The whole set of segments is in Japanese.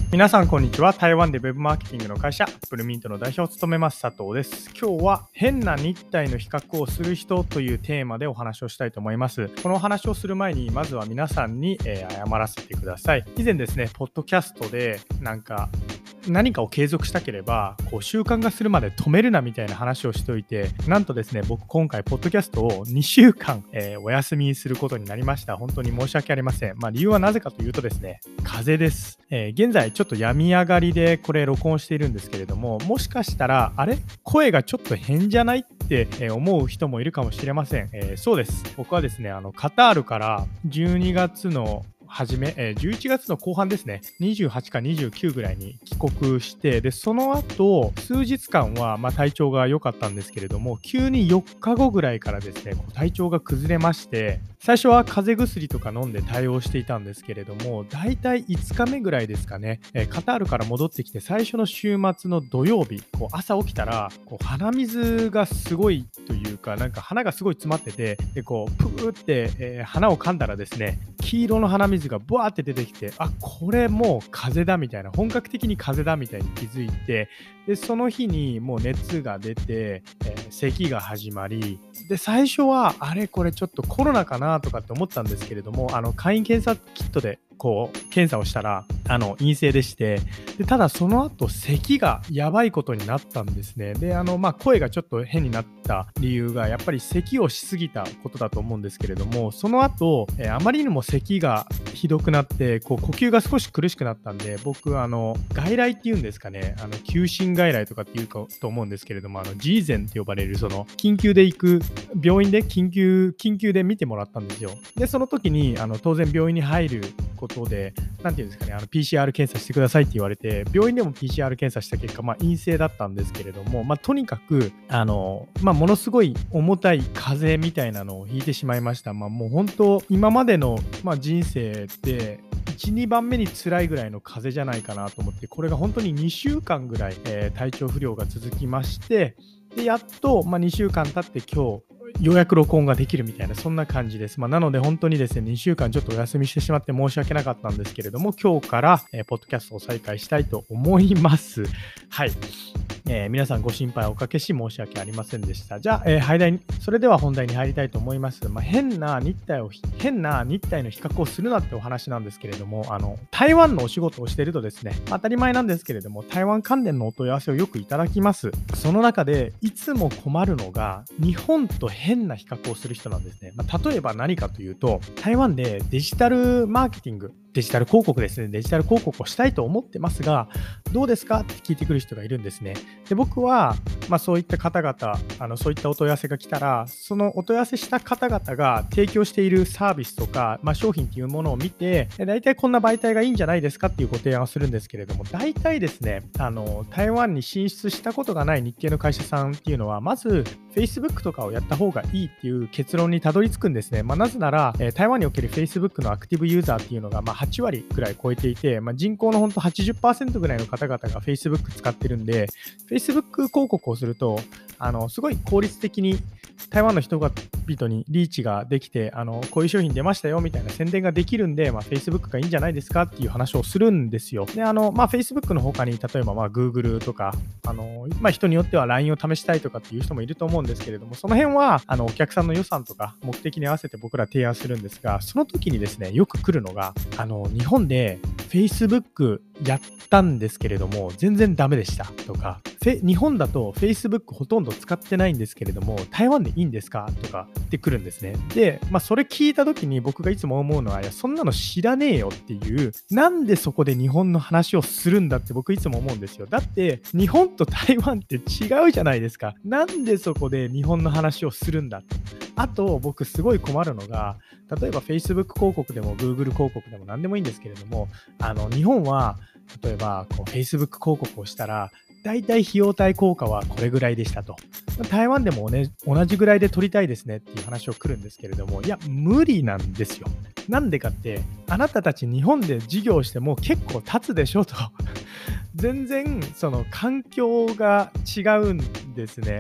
皆さんこんにちは。台湾でウェブマーケティングの会社ブルミントの代表を務めます佐藤です。今日は変な日体の比較をする人というテーマでお話をしたいと思います。このお話をする前にまずは皆さんに、謝らせてください。以前ですねポッドキャストで何かを継続したければ習慣化するまで止めるなみたいな話をしておいて、なんとですね僕今回ポッドキャストを2週間、お休みすることになりました。本当に申し訳ありません。理由はなぜかというとですね、風邪です。現在ちょっと病み上がりでこれ録音しているんですけれども、もしかしたら声がちょっと変じゃないって、思う人もいるかもしれません。そうです。僕はですねカタールから12月の初め、11月の後半ですね、28か29ぐらいに帰国して、でその後数日間は体調が良かったんですけれども、急に4日後ぐらいからですね体調が崩れまして、最初は風邪薬とか飲んで対応していたんですけれども、だいたい5日目ぐらいですかね、カタールから戻ってきて最初の週末の土曜日、朝起きたら鼻水がすごいというか、鼻がすごい詰まってて、でプーって、鼻を噛んだらですね、黄色の鼻水がブワーって出てきて、これもう風邪だみたいな、本格的に風邪だみたいに気づいて、でその日にもう熱が出て、咳が始まり、で最初はこれちょっとコロナかなとかって思ったんですけれども、簡易検査キットで検査をしたら陰性でして、でただその後咳がやばいことになったんですね。で声がちょっと変になった理由がやっぱり咳をしすぎたことだと思うんですけれども、その後、あまりにも咳がひどくなって呼吸が少し苦しくなったんで、僕外来っていうんですかね、急診外来とかっていうかと思うんですけれども、ジーゼンって呼ばれるその緊急で行く病院で緊急で見てもらったんですよ。でその時に当然病院に入ることで、なんていうんですかね、PCR 検査してくださいって言われて、病院でも PCR 検査した結果、陰性だったんですけれども、とにかくものすごい重たい風邪みたいなのをひいてしまいました。もう本当今までの、人生で1、2番目に辛いぐらいの風邪じゃないかなと思って、これが本当に2週間ぐらい、体調不良が続きまして、でやっと、2週間経って今日ようやく録音ができるみたいな、そんな感じです。なので本当にですね、2週間ちょっとお休みしてしまって申し訳なかったんですけれども、今日から、ポッドキャストを再開したいと思います。はい。皆さんご心配をおかけし申し訳ありませんでした。じゃあ、それでは本題に入りたいと思います。変な日体の比較をするなってお話なんですけれども、台湾のお仕事をしているとですね、当たり前なんですけれども、台湾関連のお問い合わせをよくいただきます。その中でいつも困るのが、日本と変な比較をする人なんですね。例えば何かというと、台湾でデジタルマーケティング、デジタル広告ですね。デジタル広告をしたいと思ってますが、どうですかって聞いてくる人がいるんですね。で僕は、そういった方々、そういったお問い合わせが来たら、そのお問い合わせした方々が提供しているサービスとか、商品というものを見て、大体こんな媒体がいいんじゃないですかっていうご提案をするんですけれども、大体ですね、台湾に進出したことがない日系の会社さんっていうのは、まず Facebook とかをやった方がいいっていう結論にたどり着くんですね。なぜなら、台湾における Facebook のアクティブユーザーっていうのが8割くらい超えていて、人口のほんと 80% ぐらいの方々が Facebook 使ってるんで、Facebook 広告をするとすごい効率的に台湾の人々にリーチができて、こういう商品出ましたよみたいな宣伝ができるんで、Facebook がいいんじゃないですかっていう話をするんですよ。でFacebook の他に例えばGoogle とか人によっては LINE を試したいとかっていう人もいると思うんですけれども、その辺はお客さんの予算とか目的に合わせて僕ら提案するんですが、その時にですねよく来るのが日本で Facebook やったんですけれども全然ダメでしたとか、日本だと Facebook ほとんど使ってないんですけれども台湾でいいんですかとかってくるんですね。で、それ聞いた時に僕がいつも思うのは、いやそんなの知らねえよっていう、なんでそこで日本の話をするんだって僕いつも思うんですよ。だって日本と台湾って違うじゃないですか。なんでそこで日本の話をするんだって。あと僕すごい困るのが、例えば Facebook 広告でも Google 広告でも何でもいいんですけれども、日本は例えばFacebook 広告をしたらだいたい費用対効果はこれぐらいでしたと。台湾でも、同じぐらいで撮りたいですねっていう話を来るんですけれども、いや無理なんですよ。なんでかって、あなたたち日本で事業しても結構経つでしょと全然その環境が違うんですね。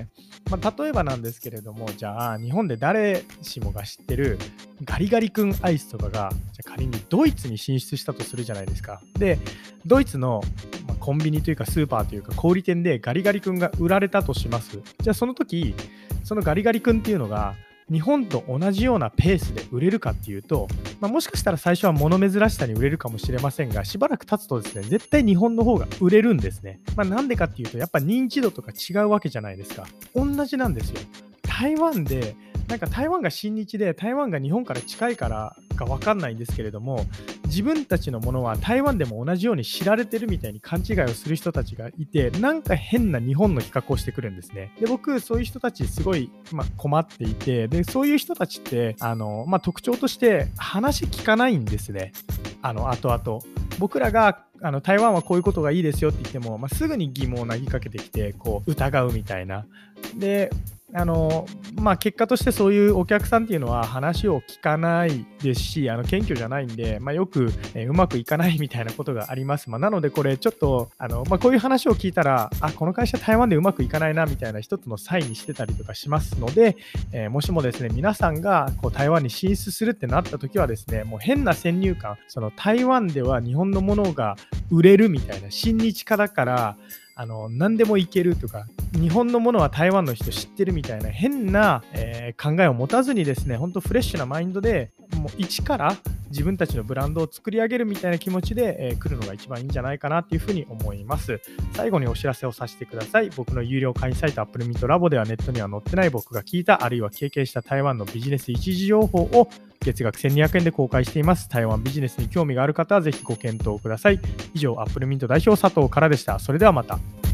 例えばなんですけれども、じゃあ日本で誰しもが知ってるガリガリ君アイスとかが、じゃあ仮にドイツに進出したとするじゃないですか。で、ドイツのコンビニというかスーパーというか小売店でガリガリ君が売られたとします。じゃあその時、そのガリガリ君っていうのが日本と同じようなペースで売れるかっていうと、もしかしたら最初は物珍しさに売れるかもしれませんが、しばらく経つとですね、絶対日本の方が売れるんですね。なんでかっていうと、やっぱ認知度とか違うわけじゃないですか。同じなんですよ。台湾で、台湾が親日で、台湾が日本から近いからかわかんないんですけれども、自分たちのものは台湾でも同じように知られてるみたいに勘違いをする人たちがいて、変な日本の比較をしてくるんですね。で、僕、そういう人たちすごい、困っていて、で、そういう人たちって、特徴として話聞かないんですね。後々。僕らが台湾はこういうことがいいですよって言っても、すぐに疑問を投げかけてきて、こう疑うみたいな。で、結果としてそういうお客さんっていうのは話を聞かないですし、謙虚じゃないんで、よく、うまくいかないみたいなことがあります。なのでこれちょっと、こういう話を聞いたら、この会社台湾でうまくいかないなみたいな一つのサインにしてたりとかしますので、もしもですね、皆さんがこう台湾に進出するってなった時はですね、もう変な先入観、その台湾では日本のものが売れるみたいな、親日家だから何でもいけるとか、日本のものは台湾の人知ってるみたいな変な、考えを持たずにですね、本当フレッシュなマインドでもう一から自分たちのブランドを作り上げるみたいな気持ちで、来るのが一番いいんじゃないかなっていうふうに思います。最後にお知らせをさせてください。僕の有料会員サイト Apple Mint Labo ではネットには載ってない僕が聞いたあるいは経験した台湾のビジネス一時情報を月額1200円で公開しています。台湾ビジネスに興味がある方はぜひご検討ください。以上、Apple Mint 代表佐藤からでした。それではまた。